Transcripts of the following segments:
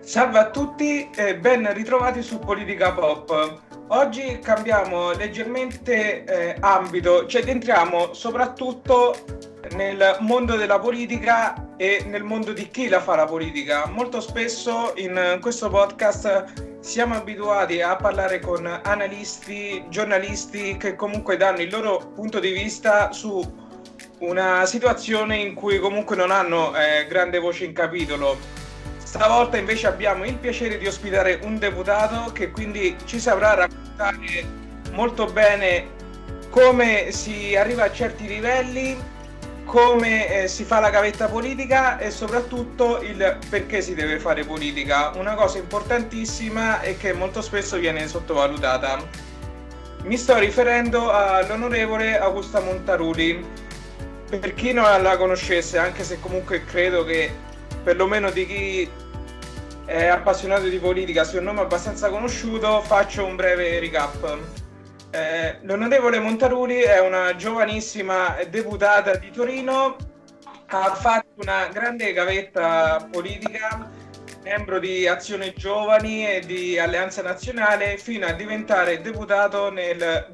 Salve a tutti e ben ritrovati su Politica Pop. Oggi cambiamo leggermente ambito, cioè entriamo soprattutto nel mondo della politica e nel mondo di chi la fa la politica. Molto spesso in questo podcast siamo abituati a parlare con analisti, giornalisti che comunque danno il loro punto di vista su una situazione in cui comunque non hanno grande voce in capitolo. Stavolta invece abbiamo il piacere di ospitare un deputato che quindi ci saprà raccontare molto bene come si arriva a certi livelli, come si fa la gavetta politica e soprattutto il perché si deve fare politica, una cosa importantissima e che molto spesso viene sottovalutata. Mi sto riferendo all'onorevole Augusta Montaruli. Per chi non la conoscesse, anche se comunque credo che perlomeno di chi è appassionato di politica sia un nome abbastanza conosciuto, faccio un breve recap. L'onorevole Montaruli è una giovanissima deputata di Torino, ha fatto una grande gavetta politica, membro di Azione Giovani e di Alleanza Nazionale, fino a diventare deputato nel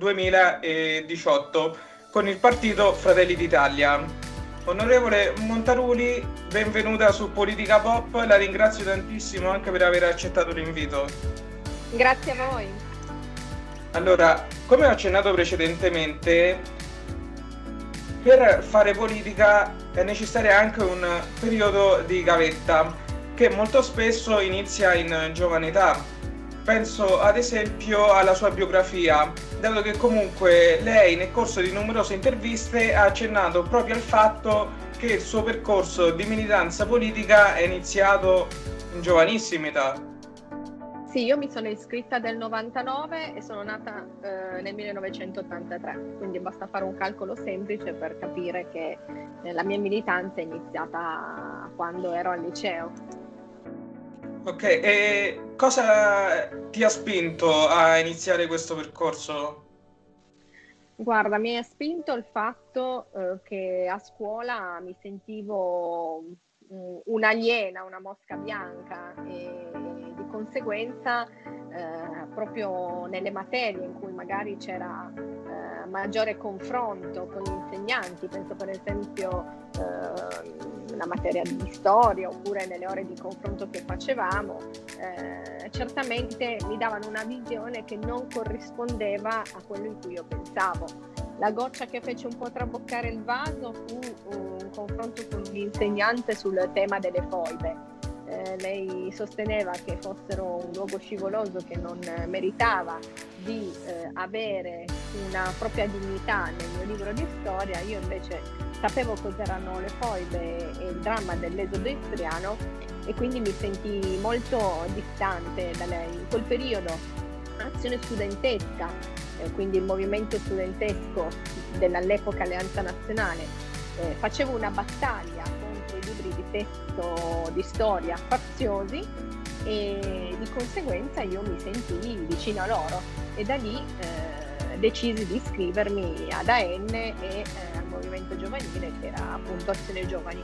2018 con il partito Fratelli d'Italia. Onorevole Montaruli, benvenuta su Politica Pop, la ringrazio tantissimo anche per aver accettato l'invito. Grazie a voi. Allora, come ho accennato precedentemente, per fare politica è necessario anche un periodo di gavetta che molto spesso inizia in giovane età. Penso ad esempio alla sua biografia, dato che comunque lei nel corso di numerose interviste ha accennato proprio al fatto che il suo percorso di militanza politica è iniziato in giovanissima età. Sì, io mi sono iscritta nel 99 e sono nata nel 1983, quindi basta fare un calcolo semplice per capire che la mia militanza è iniziata quando ero al liceo. Ok, e cosa ti ha spinto a iniziare questo percorso? Guarda, mi ha spinto il fatto che a scuola mi sentivo un'aliena, una mosca bianca e di conseguenza proprio nelle materie in cui magari c'era maggiore confronto con gli insegnanti, penso per esempio la materia di storia oppure nelle ore di confronto che facevamo, certamente mi davano una visione che non corrispondeva a quello in cui io pensavo. La goccia che fece un po' traboccare il vaso fu un confronto con l'insegnante sul tema delle foibe. Lei sosteneva che fossero un luogo scivoloso che non meritava di avere una propria dignità nel mio libro di storia. Io invece sapevo cos'erano le foibe e il dramma dell'esodo istriano e quindi mi sentii molto distante da lei. In quel periodo Azione Studentesca, quindi il movimento studentesco dell'all'epoca Alleanza Nazionale, facevo una battaglia contro i libri di testo di storia faziosi e di conseguenza io mi sentii vicino a loro e da lì decisi di iscrivermi ad AN e al movimento giovanile che era appunto Azione Giovani.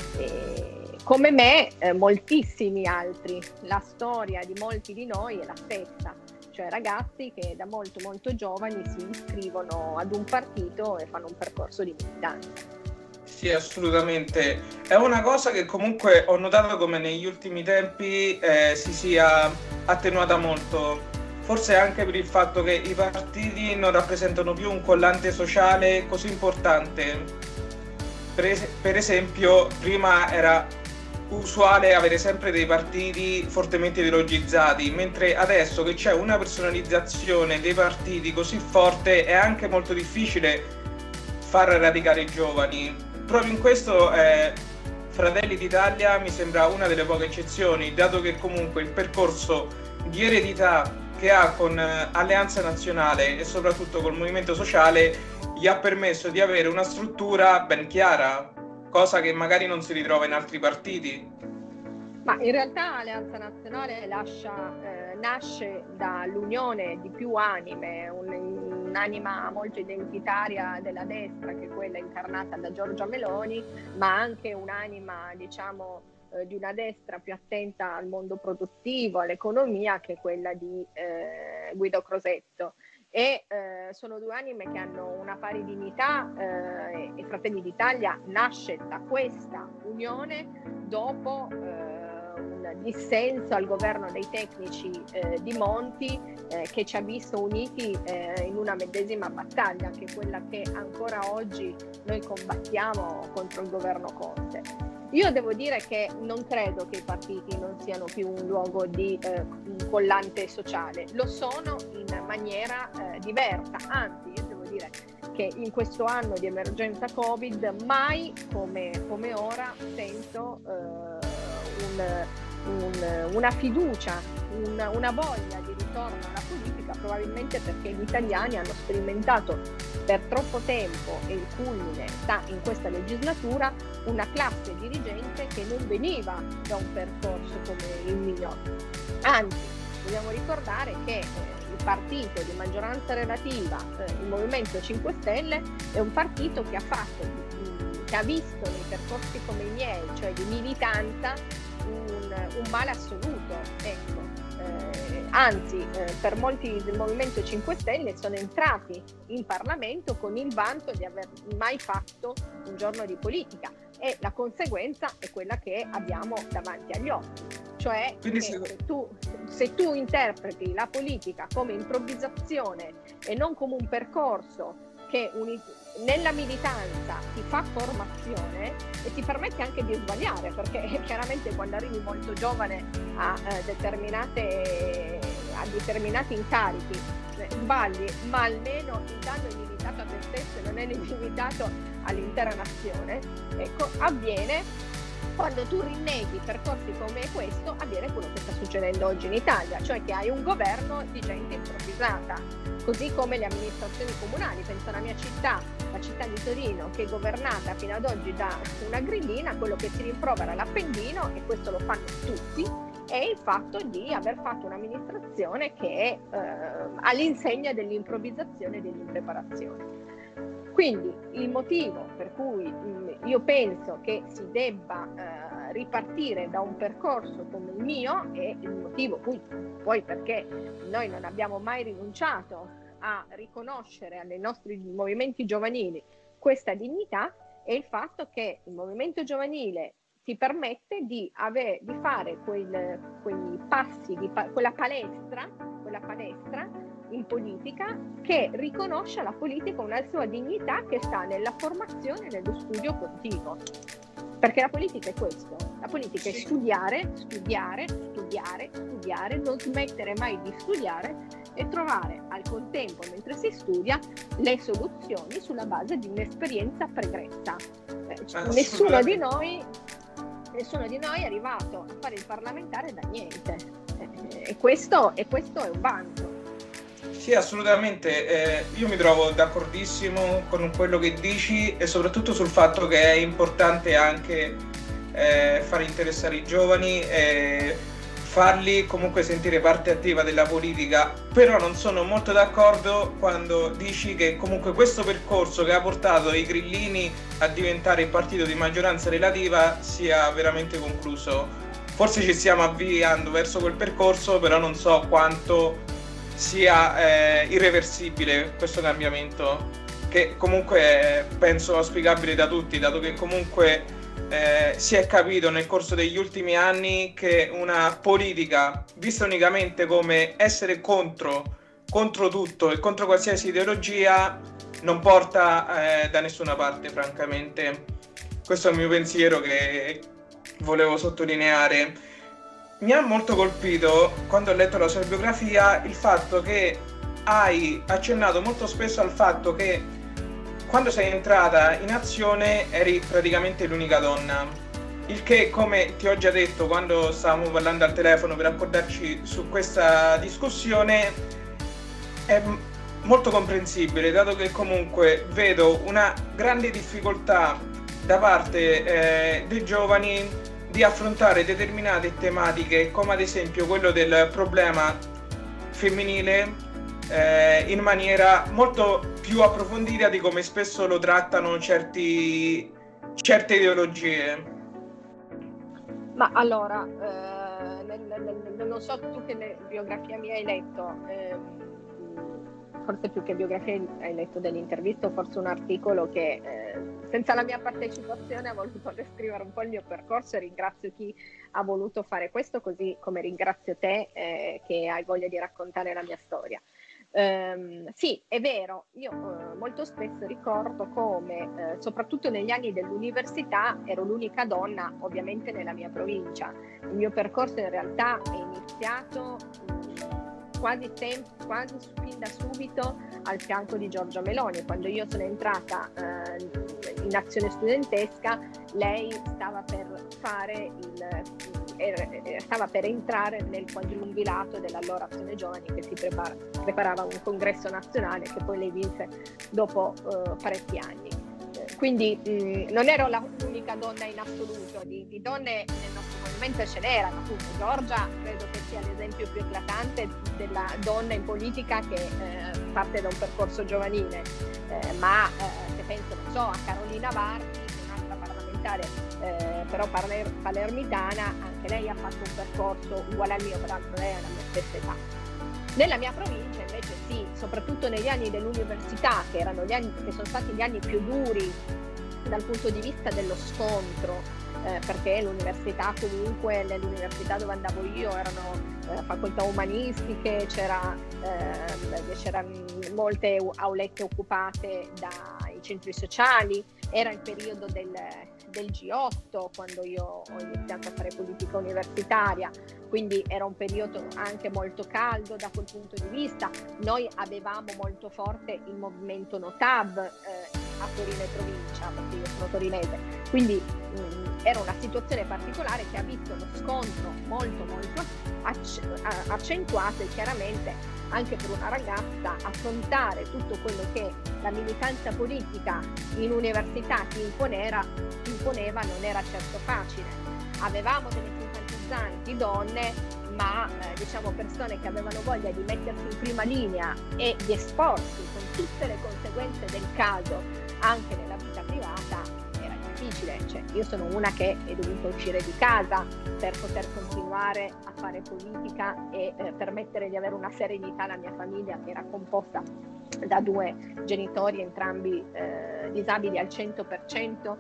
Come me moltissimi altri, la storia di molti di noi è la stessa, cioè ragazzi che da molto molto giovani si iscrivono ad un partito e fanno un percorso di militanza. Sì, assolutamente. È una cosa che comunque ho notato come negli ultimi tempi si sia attenuata molto, forse anche per il fatto che i partiti non rappresentano più un collante sociale così importante. Per esempio, prima era usuale avere sempre dei partiti fortemente ideologizzati, mentre adesso che c'è una personalizzazione dei partiti così forte è anche molto difficile far radicare i giovani. Proprio in questo Fratelli d'Italia mi sembra una delle poche eccezioni, dato che comunque il percorso di eredità che ha con Alleanza Nazionale e soprattutto col Movimento Sociale gli ha permesso di avere una struttura ben chiara, cosa che magari non si ritrova in altri partiti. Ma in realtà Alleanza Nazionale nasce dall'unione di più anime, un'anima molto identitaria della destra che è quella incarnata da Giorgia Meloni, ma anche un'anima diciamo di una destra più attenta al mondo produttivo, all'economia, che quella di Guido Crosetto. E sono due anime che hanno una pari dignità, e Fratelli d'Italia nasce da questa unione dopo un dissenso al governo dei tecnici di Monti, che ci ha visto uniti in una medesima battaglia, che è quella che ancora oggi noi combattiamo contro il governo Conte. Io devo dire che non credo che i partiti non siano più un luogo di collante sociale, lo sono in maniera diversa, anzi io devo dire che in questo anno di emergenza Covid mai come ora sento una fiducia, una voglia di ritorno alla politica, probabilmente perché gli italiani hanno sperimentato per troppo tempo, e il culmine sta in questa legislatura, una classe dirigente che non veniva da un percorso come il mio. Anzi, dobbiamo ricordare che il partito di maggioranza relativa, il Movimento 5 Stelle, è un partito che ha visto nei percorsi come i miei, cioè di militanza, un male assoluto, ecco. Anzi, per molti del Movimento 5 Stelle sono entrati in Parlamento con il vanto di aver mai fatto un giorno di politica, e la conseguenza è quella che abbiamo davanti agli occhi, cioè che se tu interpreti la politica come improvvisazione e non come un percorso che nella militanza ti fa formazione e ti permette anche di sbagliare, perché chiaramente quando arrivi molto giovane a determinati incarichi sbagli, ma almeno il danno è limitato a te stesso e non è limitato all'intera nazione. Ecco, avviene quando tu rinneghi percorsi come questo, avviene quello che sta succedendo oggi in Italia, cioè che hai un governo di gente improvvisata, così come le amministrazioni comunali. Penso alla mia città, la città di Torino, che è governata fino ad oggi da una grillina. Quello che si rimprovera l'Appendino, e questo lo fanno tutti, è il fatto di aver fatto un'amministrazione che è all'insegna dell'improvvisazione e dell'impreparazione. Quindi il motivo per cui io penso che si debba ripartire da un percorso come il mio, e il motivo poi perché noi non abbiamo mai rinunciato a riconoscere ai nostri movimenti giovanili questa dignità, è il fatto che il movimento giovanile ti permette di fare quei passi, quella palestra in politica, che riconosce alla politica una sua dignità, che sta nella formazione e nello studio continuo. Perché la politica è questo, la politica è studiare, non smettere mai di studiare e trovare al contempo, mentre si studia, le soluzioni sulla base di un'esperienza pregressa. Nessuno di noi è arrivato a fare il parlamentare da niente, e questo è un vanto. Sì, assolutamente. Io mi trovo d'accordissimo con quello che dici, e soprattutto sul fatto che è importante anche far interessare i giovani e farli comunque sentire parte attiva della politica. Però non sono molto d'accordo quando dici che comunque questo percorso che ha portato i grillini a diventare il partito di maggioranza relativa sia veramente concluso. Forse ci stiamo avviando verso quel percorso, però non so quanto sia irreversibile questo cambiamento, che comunque penso auspicabile da tutti, dato che comunque si è capito nel corso degli ultimi anni che una politica vista unicamente come essere contro tutto e contro qualsiasi ideologia non porta da nessuna parte, francamente. Questo è il mio pensiero che volevo sottolineare. Mi ha molto colpito, quando ho letto la sua biografia, il fatto che hai accennato molto spesso al fatto che quando sei entrata in azione eri praticamente l'unica donna, il che, come ti ho già detto quando stavamo parlando al telefono per accordarci su questa discussione, è molto comprensibile, dato che comunque vedo una grande difficoltà da parte dei giovani di affrontare determinate tematiche, come ad esempio quello del problema femminile, in maniera molto più approfondita di come spesso lo trattano certe ideologie. Ma allora, non so tu che biografia mi hai letto, forse più che biografia hai letto dell'intervista o forse un articolo che senza la mia partecipazione ha voluto descrivere un po' il mio percorso, e ringrazio chi ha voluto fare questo, così come ringrazio te che hai voglia di raccontare la mia storia. Sì, è vero, io molto spesso ricordo come soprattutto negli anni dell'università ero l'unica donna ovviamente nella mia provincia. Il mio percorso in realtà è iniziato quasi fin da subito al fianco di Giorgia Meloni. Quando io sono entrata in azione studentesca, lei stava per entrare nel quadriumvirato dell'allora Azione Giovani, che si preparava un congresso nazionale che poi lei vinse dopo parecchi anni. Quindi non ero l'unica donna in assoluto, di donne nel nostro movimento ce n'erano. Appunto Giorgia credo che sia l'esempio più eclatante della donna in politica che parte da un percorso giovanile, ma se penso, non so, a Carolina Varchi, un'altra parlamentare però palermitana, anche lei ha fatto un percorso uguale al mio, peraltro lei ha la mia stessa età. Nella mia provincia invece sì, soprattutto negli anni dell'università, che sono stati gli anni più duri dal punto di vista dello scontro, perché l'università, comunque nell'università dove andavo io erano facoltà umanistiche, c'erano molte aulette occupate dai centri sociali, era il periodo del G8 quando io ho iniziato a fare politica universitaria, quindi era un periodo anche molto caldo da quel punto di vista. Noi avevamo molto forte il movimento NOTAV a Torino e provincia, perché io sono torinese, quindi era una situazione particolare che ha visto lo scontro molto accentuato, e chiaramente anche per una ragazza affrontare tutto quello che la militanza politica in università ti imponeva non era certo facile. Avevamo delle simpatizzanti donne, ma diciamo persone che avevano voglia di mettersi in prima linea e di esporsi con tutte le conseguenze del caso anche nella vita privata. Era difficile, cioè io sono una che è dovuta uscire di casa per poter continuare a fare politica e permettere di avere una serenità alla mia famiglia, che era composta da 2 genitori entrambi disabili al 100%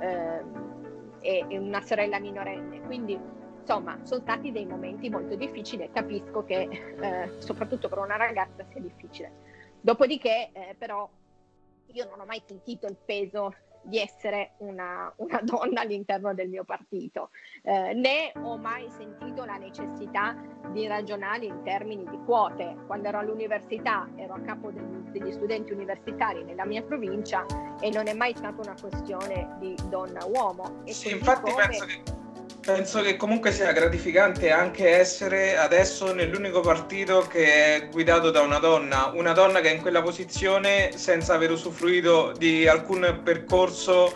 e una sorella minorenne. Quindi insomma sono stati dei momenti molto difficili e capisco che soprattutto per una ragazza sia difficile. Dopodiché però io non ho mai sentito il peso di essere una donna all'interno del mio partito, né ho mai sentito la necessità di ragionare in termini di quote. Quando ero all'università ero a capo degli studenti universitari nella mia provincia e non è mai stata una questione di donna-uomo. Sì, infatti penso che comunque sia gratificante anche essere adesso nell'unico partito che è guidato da una donna che è in quella posizione senza aver usufruito di alcun percorso,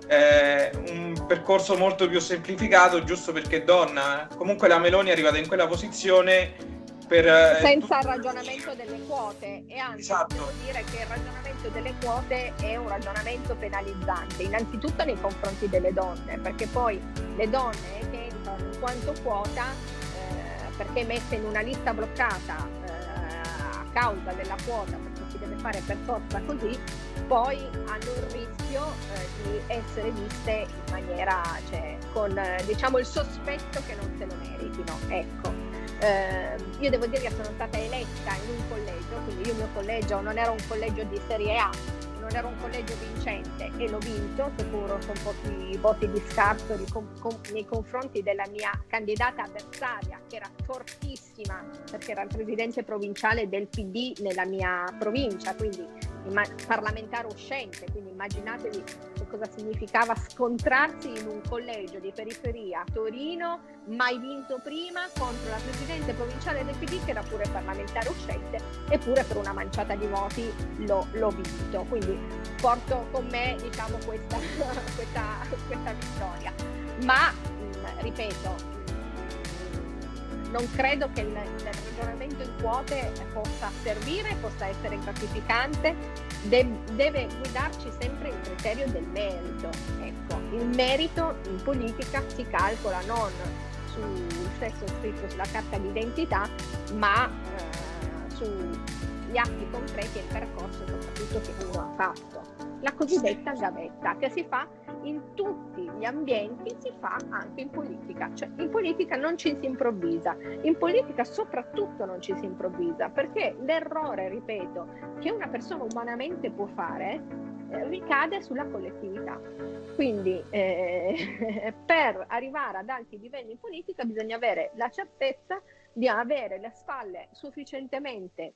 un percorso molto più semplificato, giusto perché è donna. Comunque la Meloni è arrivata in quella posizione senza il ragionamento delle quote, e anzi esatto. Devo dire che il ragionamento delle quote è un ragionamento penalizzante innanzitutto nei confronti delle donne, perché poi le donne che entrano in quanto quota perché messe in una lista bloccata a causa della quota, perché si deve fare per forza così, poi hanno il rischio di essere viste in maniera, cioè con diciamo il sospetto che non se lo meritino, ecco. Io devo dire che sono stata eletta in un collegio, quindi io il mio collegio non era un collegio di serie A, non era un collegio vincente e l'ho vinto, seppur con pochi voti di scarto nei confronti della mia candidata avversaria, che era fortissima perché era il presidente provinciale del PD nella mia provincia, quindi parlamentare uscente, quindi immaginatevi che cosa significava scontrarsi in un collegio di periferia a Torino, mai vinto prima, contro la presidente provinciale del PD che era pure parlamentare uscente, eppure per una manciata di voti l'ho vinto. Quindi porto con me, diciamo, questa vittoria. Ma ripeto, non credo che il ragionamento in quote possa servire, possa essere gratificante, deve guidarci sempre il criterio del merito. Ecco, il merito in politica si calcola non sul sesso scritto sulla carta d'identità, ma sugli atti concreti e il percorso soprattutto che uno ha fatto. La cosiddetta gavetta, che si fa in tutti gli ambienti, si fa anche in politica. Cioè, in politica non ci si improvvisa, in politica soprattutto non ci si improvvisa, perché l'errore, ripeto, che una persona umanamente può fare ricade sulla collettività. Quindi per arrivare ad alti livelli in politica bisogna avere la certezza di avere le spalle sufficientemente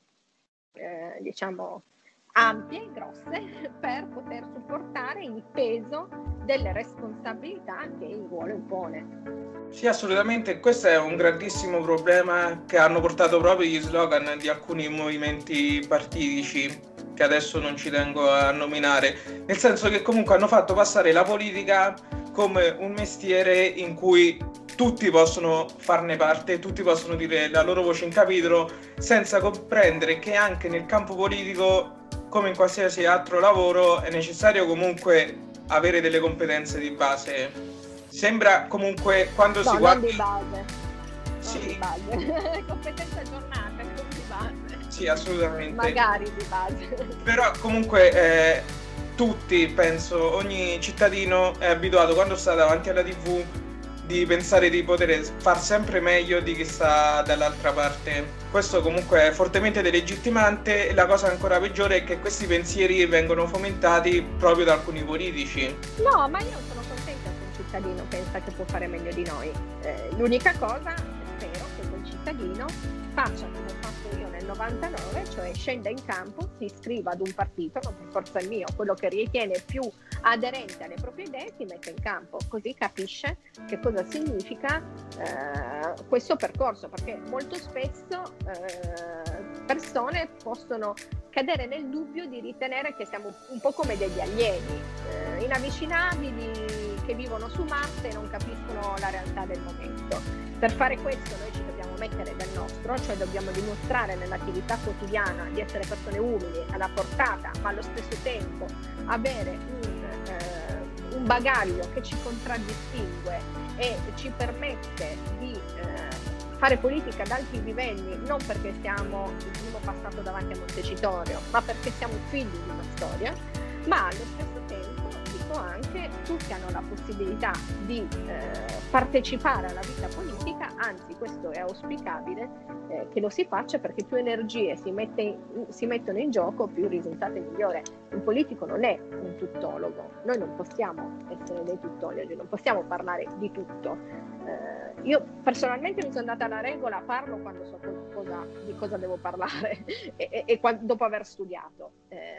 diciamo ampie, grosse, per poter supportare il peso delle responsabilità che il ruolo impone. Sì, assolutamente, questo è un grandissimo problema che hanno portato proprio gli slogan di alcuni movimenti partitici, che adesso non ci tengo a nominare, nel senso che comunque hanno fatto passare la politica come un mestiere in cui tutti possono farne parte, tutti possono dire la loro voce in capitolo, senza comprendere che anche nel campo politico, come in qualsiasi altro lavoro, è necessario comunque avere delle competenze di base. Sembra comunque quando si guarda... Non di base. Sì. Non di base. Competenze aggiornate, non di base. Sì, assolutamente. Magari di base. Però comunque tutti, penso, ogni cittadino è abituato quando sta davanti alla TV di pensare di poter far sempre meglio di chi sta dall'altra parte. Questo comunque è fortemente delegittimante e la cosa ancora peggiore è che questi pensieri vengono fomentati proprio da alcuni politici. No, ma io sono contenta che un cittadino pensa che può fare meglio di noi. L'unica cosa, spero che quel cittadino faccia come ho fatto io nel 99, cioè scenda in campo, si iscriva ad un partito, non per forza il mio, quello che ritiene più aderente alle proprie idee, si mette in campo, così capisce che cosa significa questo percorso, perché molto spesso persone possono cadere nel dubbio di ritenere che siamo un po' come degli alieni, inavvicinabili, che vivono su Marte e non capiscono la realtà del momento. Per fare questo noi ci dobbiamo mettere del nostro, cioè dobbiamo dimostrare nell'attività quotidiana di essere persone umili, alla portata, ma allo stesso tempo avere un bagaglio che ci contraddistingue e ci permette di fare politica ad alti livelli, non perché siamo il primo passato davanti a Montecitorio, ma perché siamo figli di una storia, ma allo stesso tempo dico anche tutti hanno la possibilità di partecipare alla vita politica, anzi questo è auspicabile che lo si faccia, perché più energie si mettono in gioco, più il risultato è migliore. Il politico non è un tuttologo, noi non possiamo essere dei tuttologi, non possiamo parlare di tutto. Io personalmente mi sono data la regola, parlo quando so di cosa devo parlare e dopo aver studiato.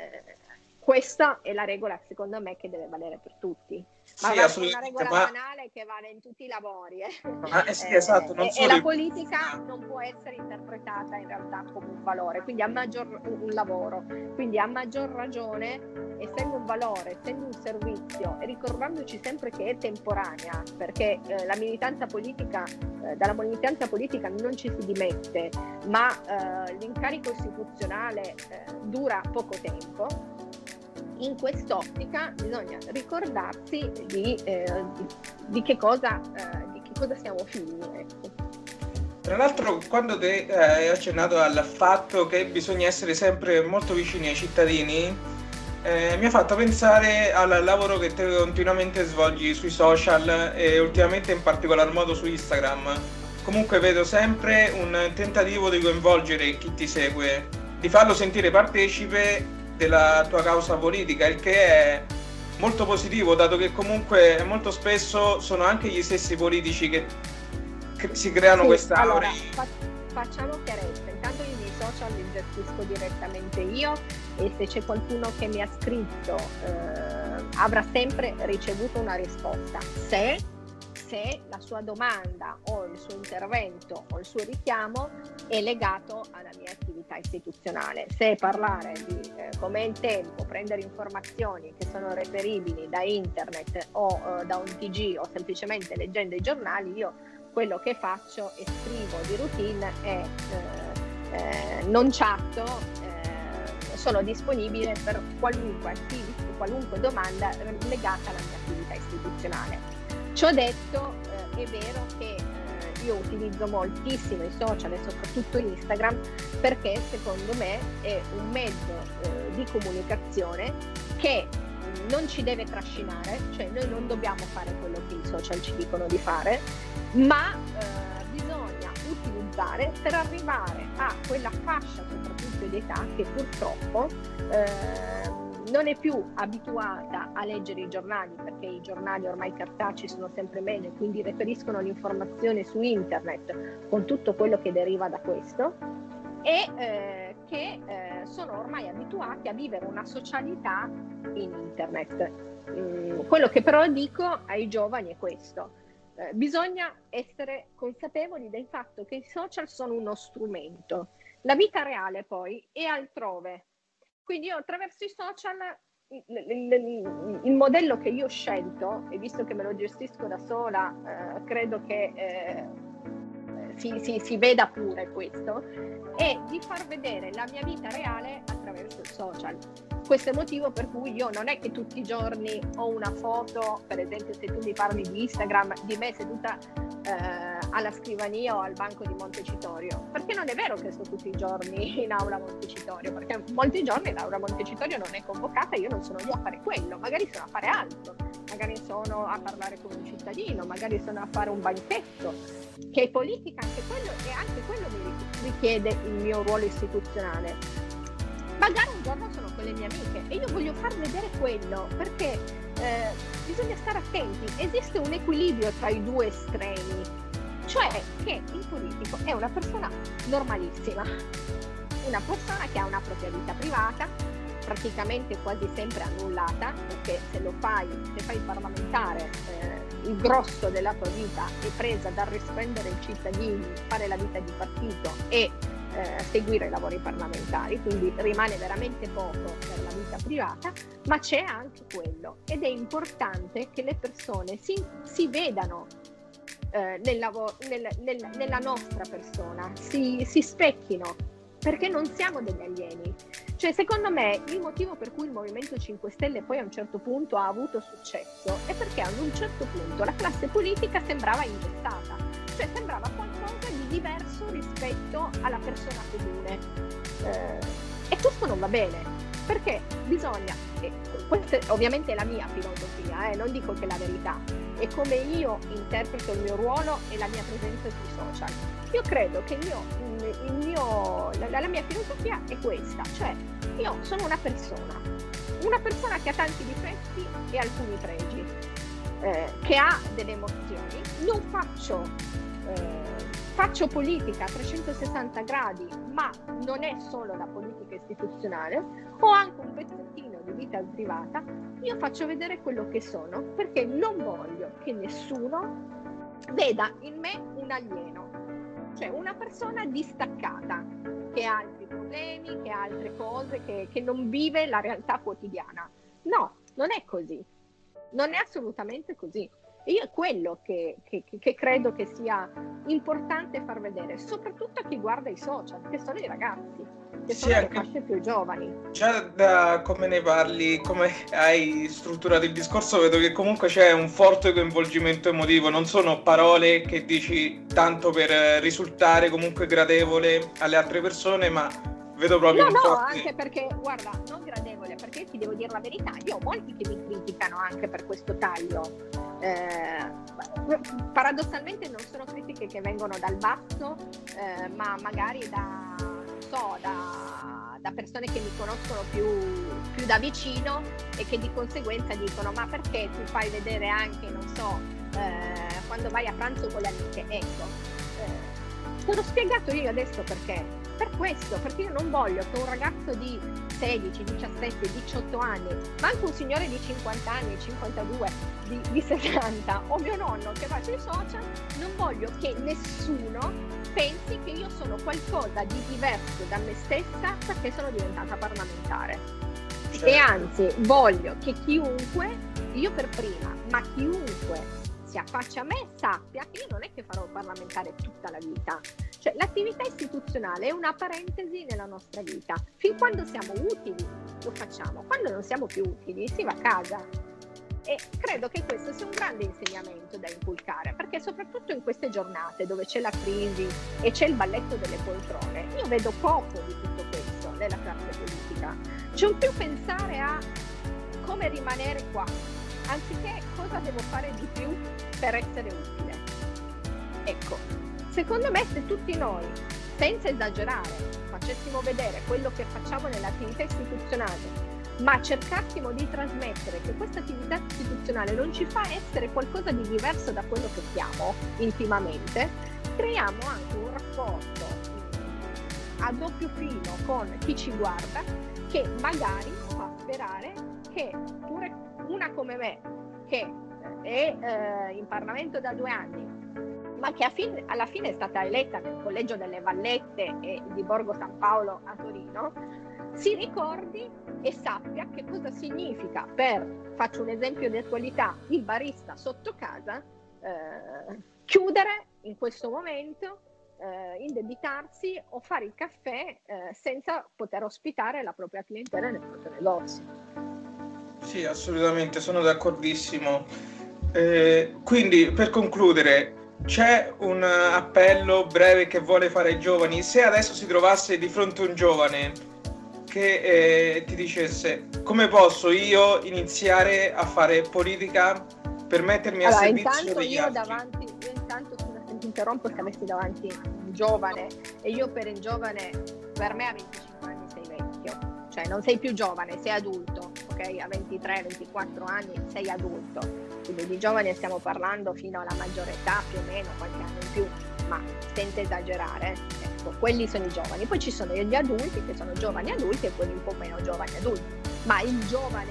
Questa è la regola, secondo me, che deve valere per tutti. Ma sì, è una regola banale che vale in tutti i lavori. Sì, esatto, non e la politica non può essere interpretata in realtà come un valore, quindi un lavoro. Quindi a maggior ragione, essendo un valore, essendo un servizio, e ricordandoci sempre che è temporanea, perché la militanza politica, dalla militanza politica non ci si dimette, ma l'incarico istituzionale dura poco tempo. In quest'ottica bisogna ricordarsi di che cosa siamo figli. Ecco. Tra l'altro, quando te hai accennato al fatto che bisogna essere sempre molto vicini ai cittadini, mi ha fatto pensare al lavoro che te continuamente svolgi sui social e ultimamente in particolar modo su Instagram. Comunque vedo sempre un tentativo di coinvolgere chi ti segue, di farlo sentire partecipe della tua causa politica, il che è molto positivo, dato che comunque molto spesso sono anche gli stessi politici che si creano questa allora, facciamo chiarezza. Intanto i miei social li gestisco direttamente io, e se c'è qualcuno che mi ha scritto avrà sempre ricevuto una risposta se la sua domanda o il suo intervento o il suo richiamo è legato alla mia attività istituzionale. Se parlare di come è il tempo, prendere informazioni che sono reperibili da internet o da un TG o semplicemente leggendo i giornali, io quello che faccio e scrivo di routine è non chatto, sono disponibile per qualunque domanda legata alla mia attività istituzionale. Ciò detto, è vero che io utilizzo moltissimo i social e soprattutto Instagram, perché secondo me è un mezzo di comunicazione che non ci deve trascinare, cioè noi non dobbiamo fare quello che i social ci dicono di fare, ma bisogna utilizzare per arrivare a quella fascia soprattutto di età che purtroppo non è più abituata a leggere i giornali, perché i giornali ormai cartacei sono sempre meno, quindi reperiscono l'informazione su internet con tutto quello che deriva da questo, e che sono ormai abituati a vivere una socialità in internet. Quello che però dico ai giovani è questo: bisogna essere consapevoli del fatto che i social sono uno strumento, la vita reale poi è altrove. Quindi io attraverso i social, il modello che io ho scelto, e visto che me lo gestisco da sola, credo che si veda pure questo, è di far vedere la mia vita reale attraverso il social. Questo è il motivo per cui io non è che tutti i giorni ho una foto, per esempio se tu mi parli di Instagram, di me seduta alla scrivania o al banco di Montecitorio, perché non è vero che sto tutti i giorni in aula Montecitorio, perché molti giorni l'aula Montecitorio non è convocata, io non sono lì a fare quello, magari sono a fare altro, magari sono a parlare con un cittadino, magari sono a fare un banchetto, che è politica anche quello, e anche quello mi richiede il mio ruolo istituzionale. Magari un giorno sono con le mie amiche e io voglio far vedere quello, perché bisogna stare attenti, esiste un equilibrio tra i due estremi, cioè che il politico è una persona normalissima, una persona che ha una propria vita privata, praticamente quasi sempre annullata, perché se fai il parlamentare, il grosso della tua vita è presa dal rispondere ai cittadini, fare la vita di partito e seguire i lavori parlamentari, quindi rimane veramente poco per la vita privata, ma c'è anche quello, ed è importante che le persone si vedano nella nostra persona, si specchino, perché non siamo degli alieni. Cioè, secondo me, il motivo per cui il Movimento 5 Stelle poi a un certo punto ha avuto successo è perché ad un certo punto la classe politica sembrava ingessata, cioè sembrava qualcosa di diverso rispetto alla persona comune. E questo non va bene, perché bisogna, questa ovviamente è la mia filosofia, non dico che è la verità, è come io interpreto il mio ruolo e la mia presenza sui social. Io credo che la mia filosofia è questa, cioè io sono una persona che ha tanti difetti e alcuni pregi, che ha delle emozioni, non faccio politica a 360 gradi, ma non è solo la politica istituzionale, ho anche un pezzettino di vita privata, io faccio vedere quello che sono, perché non voglio che nessuno veda in me un alieno, cioè una persona distaccata, che ha altri problemi, che ha altre cose, che non vive la realtà quotidiana. No, non è così, non è assolutamente così. E io è quello che credo che sia importante far vedere, soprattutto a chi guarda i social, che sono i ragazzi, che sono le fasce più giovani. Già da come ne parli, come hai strutturato il discorso, vedo che comunque c'è un forte coinvolgimento emotivo, non sono parole che dici tanto per risultare comunque gradevole alle altre persone, ma vedo proprio anche perché, guarda, non gradevole, perché ti devo dire la verità, io ho molti che mi criticano anche per questo taglio. Paradossalmente non sono critiche che vengono dal basso, ma magari da persone che mi conoscono più da vicino e che di conseguenza dicono: ma perché tu fai vedere anche, non so, quando vai a pranzo con le amiche? Ecco, te l'ho spiegato io adesso perché. Per questo, perché io non voglio che un ragazzo di 16, 17, 18 anni, ma anche un signore di 50 anni, 52, di 60, o mio nonno che va sui social, non voglio che nessuno pensi che io sono qualcosa di diverso da me stessa perché sono diventata parlamentare. Certo. E anzi, voglio che chiunque, io per prima, ma chiunque si affaccia a me sappia che io non è che farò parlamentare tutta la vita. Cioè, l'attività istituzionale è una parentesi nella nostra vita. Fin quando siamo utili lo facciamo, quando non siamo più utili si va a casa. E credo che questo sia un grande insegnamento da inculcare, perché soprattutto in queste giornate dove c'è la crisi e c'è il balletto delle poltrone, io vedo poco di tutto questo nella classe politica. C'è un più pensare a come rimanere qua, anziché cosa devo fare di più per essere utile. Ecco, secondo me se tutti noi, senza esagerare, facessimo vedere quello che facciamo nell'attività istituzionale, ma cercassimo di trasmettere che questa attività istituzionale non ci fa essere qualcosa di diverso da quello che siamo intimamente, creiamo anche un rapporto a doppio filo con chi ci guarda, che magari fa sperare che pure una come me, che è in Parlamento da 2 anni, ma che alla fine è stata eletta nel Collegio delle Vallette e di Borgo San Paolo a Torino, si ricordi e sappia che cosa significa faccio un esempio di attualità, il barista sotto casa, chiudere in questo momento, indebitarsi o fare il caffè senza poter ospitare la propria clientela nel proprio negozio. Sì, assolutamente, sono d'accordissimo. Quindi, per concludere, c'è un appello breve che vuole fare ai giovani? Se adesso si trovasse di fronte a un giovane che ti dicesse: come posso io iniziare a fare politica per mettermi a servizio degli altri? Io intanto, scusa se ti interrompo, se avessi davanti un giovane, e io per il giovane, per me a 25 anni sei vecchio, cioè non sei più giovane, sei adulto, ok? A 23-24 anni sei adulto, quindi di giovane stiamo parlando fino alla maggiore età, più o meno, qualche anno in più, ma senza esagerare. Quelli sono i giovani, poi ci sono gli adulti che sono giovani adulti e quelli un po' meno giovani adulti, ma il giovane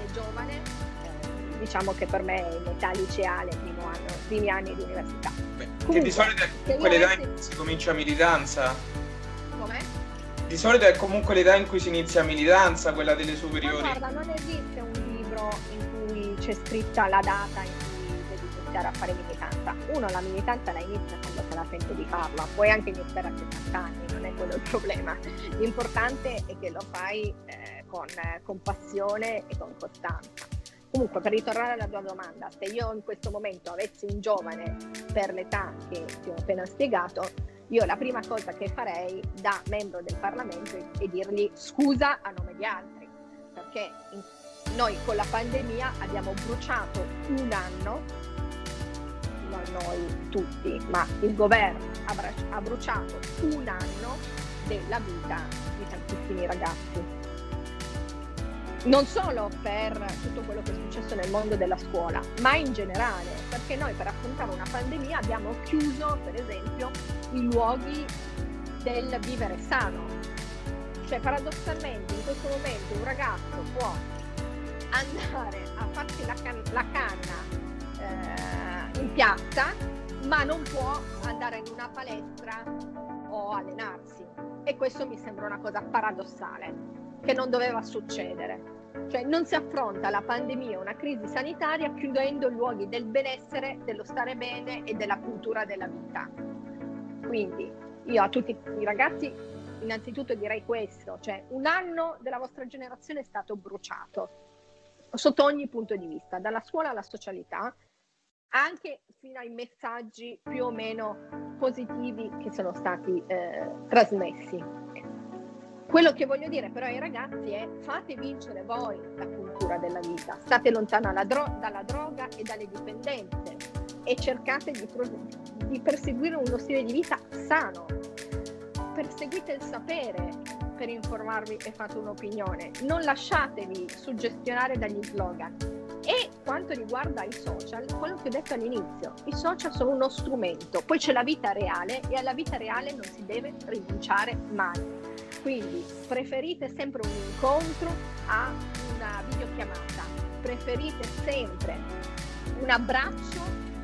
diciamo che per me è in età liceale, primi anni di università. Comunque, che di solito è quell'età in cui si comincia militanza. Com'è? Di solito è comunque l'età in cui si inizia militanza, quella delle superiori. Ma guarda, non esiste un libro in cui c'è scritta la data in cui devi iniziare a fare militanza. Uno, la militanza la inizia quando se la sente di farla, puoi anche iniziare a 70 anni, non è quello il problema. L'importante è che lo fai con passione e con costanza. Comunque, per ritornare alla tua domanda, se io in questo momento avessi un giovane per l'età che ti ho appena spiegato, io la prima cosa che farei da membro del Parlamento è dirgli scusa a nome di altri, perché noi con la pandemia abbiamo bruciato un anno, non noi tutti, ma il governo ha bruciato un anno della vita di tantissimi ragazzi. Non solo per tutto quello che è successo nel mondo della scuola, ma in generale, perché noi per affrontare una pandemia abbiamo chiuso, per esempio, i luoghi del vivere sano. Cioè, paradossalmente, in questo momento un ragazzo può andare a farsi la canna in piazza, ma non può andare in una palestra o allenarsi. E questo mi sembra una cosa paradossale, che non doveva succedere. Cioè, non si affronta la pandemia, una crisi sanitaria, chiudendo i luoghi del benessere, dello stare bene e della cultura della vita. Quindi io a tutti i ragazzi innanzitutto direi questo, cioè un anno della vostra generazione è stato bruciato sotto ogni punto di vista, dalla scuola alla socialità, anche fino ai messaggi più o meno positivi che sono stati trasmessi. Quello che voglio dire però ai ragazzi è: fate vincere voi la cultura della vita, state lontano dalla droga e dalle dipendenze e cercate di perseguire uno stile di vita sano. Perseguite il sapere per informarvi e fate un'opinione, non lasciatevi suggestionare dagli slogan. E quanto riguarda i social, quello che ho detto all'inizio, i social sono uno strumento, poi c'è la vita reale e alla vita reale non si deve rinunciare mai. Quindi preferite sempre un incontro a una videochiamata, preferite sempre un abbraccio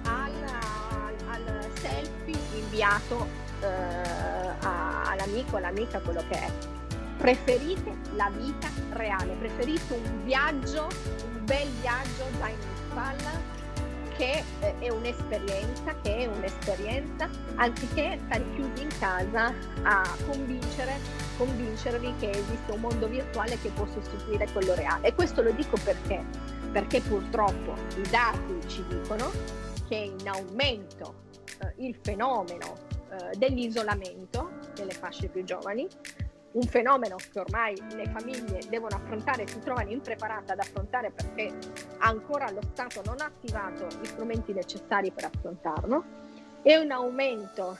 al selfie inviato all'amico, all'amica, quello che è. Preferite la vita reale, preferite un viaggio, un bel viaggio zaino in spalla, che è un'esperienza, anziché stare chiusi in casa a convincervi che esiste un mondo virtuale che può sostituire quello reale. E questo lo dico perché purtroppo i dati ci dicono che è in aumento il fenomeno dell'isolamento delle fasce più giovani, un fenomeno che ormai le famiglie devono affrontare, si trovano impreparate ad affrontare perché ancora lo Stato non ha attivato gli strumenti necessari per affrontarlo. È un aumento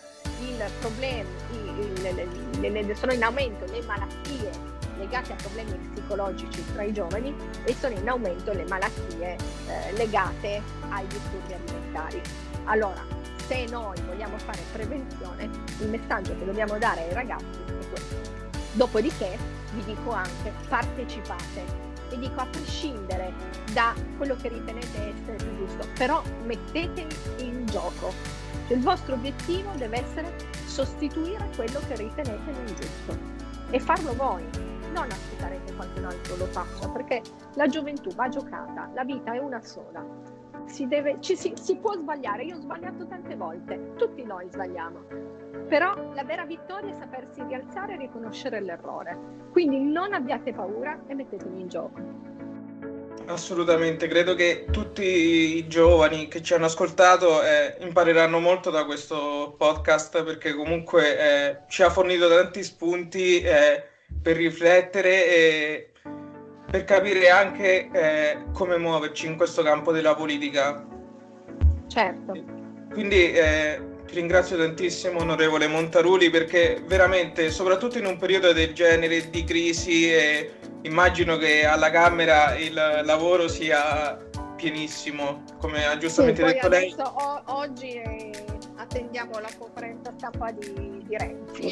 sono in aumento le malattie legate a problemi psicologici tra i giovani e sono in aumento le malattie legate ai disturbi alimentari. Allora, se noi vogliamo fare prevenzione, il messaggio che dobbiamo dare ai ragazzi è questo. Dopodiché vi dico anche partecipate, e dico a prescindere da quello che ritenete essere più giusto, però mettetevi in gioco. Il vostro obiettivo deve essere sostituire quello che ritenete non giusto e farlo voi, non aspettare che qualcun altro lo faccia, perché la gioventù va giocata, la vita è una sola. Si può sbagliare, io ho sbagliato tante volte, tutti noi sbagliamo, però la vera vittoria è sapersi rialzare e riconoscere l'errore. Quindi non abbiate paura e mettetevi in gioco. Assolutamente, credo che tutti i giovani che ci hanno ascoltato impareranno molto da questo podcast, perché comunque ci ha fornito tanti spunti per riflettere e per capire anche come muoverci in questo campo della politica. Certo. Quindi ti ringrazio tantissimo, onorevole Montaruli, perché veramente, soprattutto in un periodo del genere di crisi, immagino che alla Camera il lavoro sia pienissimo, come ha giustamente detto lei. Oggi attendiamo la conferenza stampa di Renzi.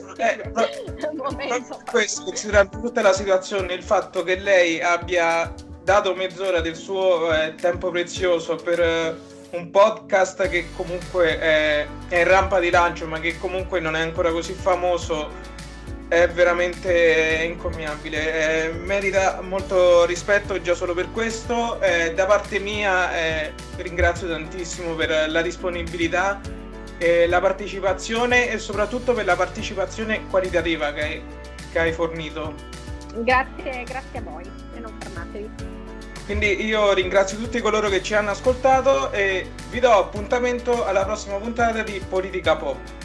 Questo, considerando tutta la situazione, il fatto che lei abbia dato mezz'ora del suo tempo prezioso per un podcast che comunque è in rampa di lancio, ma che comunque non è ancora così famoso, è veramente incommiabile. Merita molto rispetto già solo per questo. Da parte mia ringrazio tantissimo per la disponibilità, la partecipazione e soprattutto per la partecipazione qualitativa che hai fornito. Grazie a voi e non fermatevi. Quindi io ringrazio tutti coloro che ci hanno ascoltato e vi do appuntamento alla prossima puntata di Politica Pop.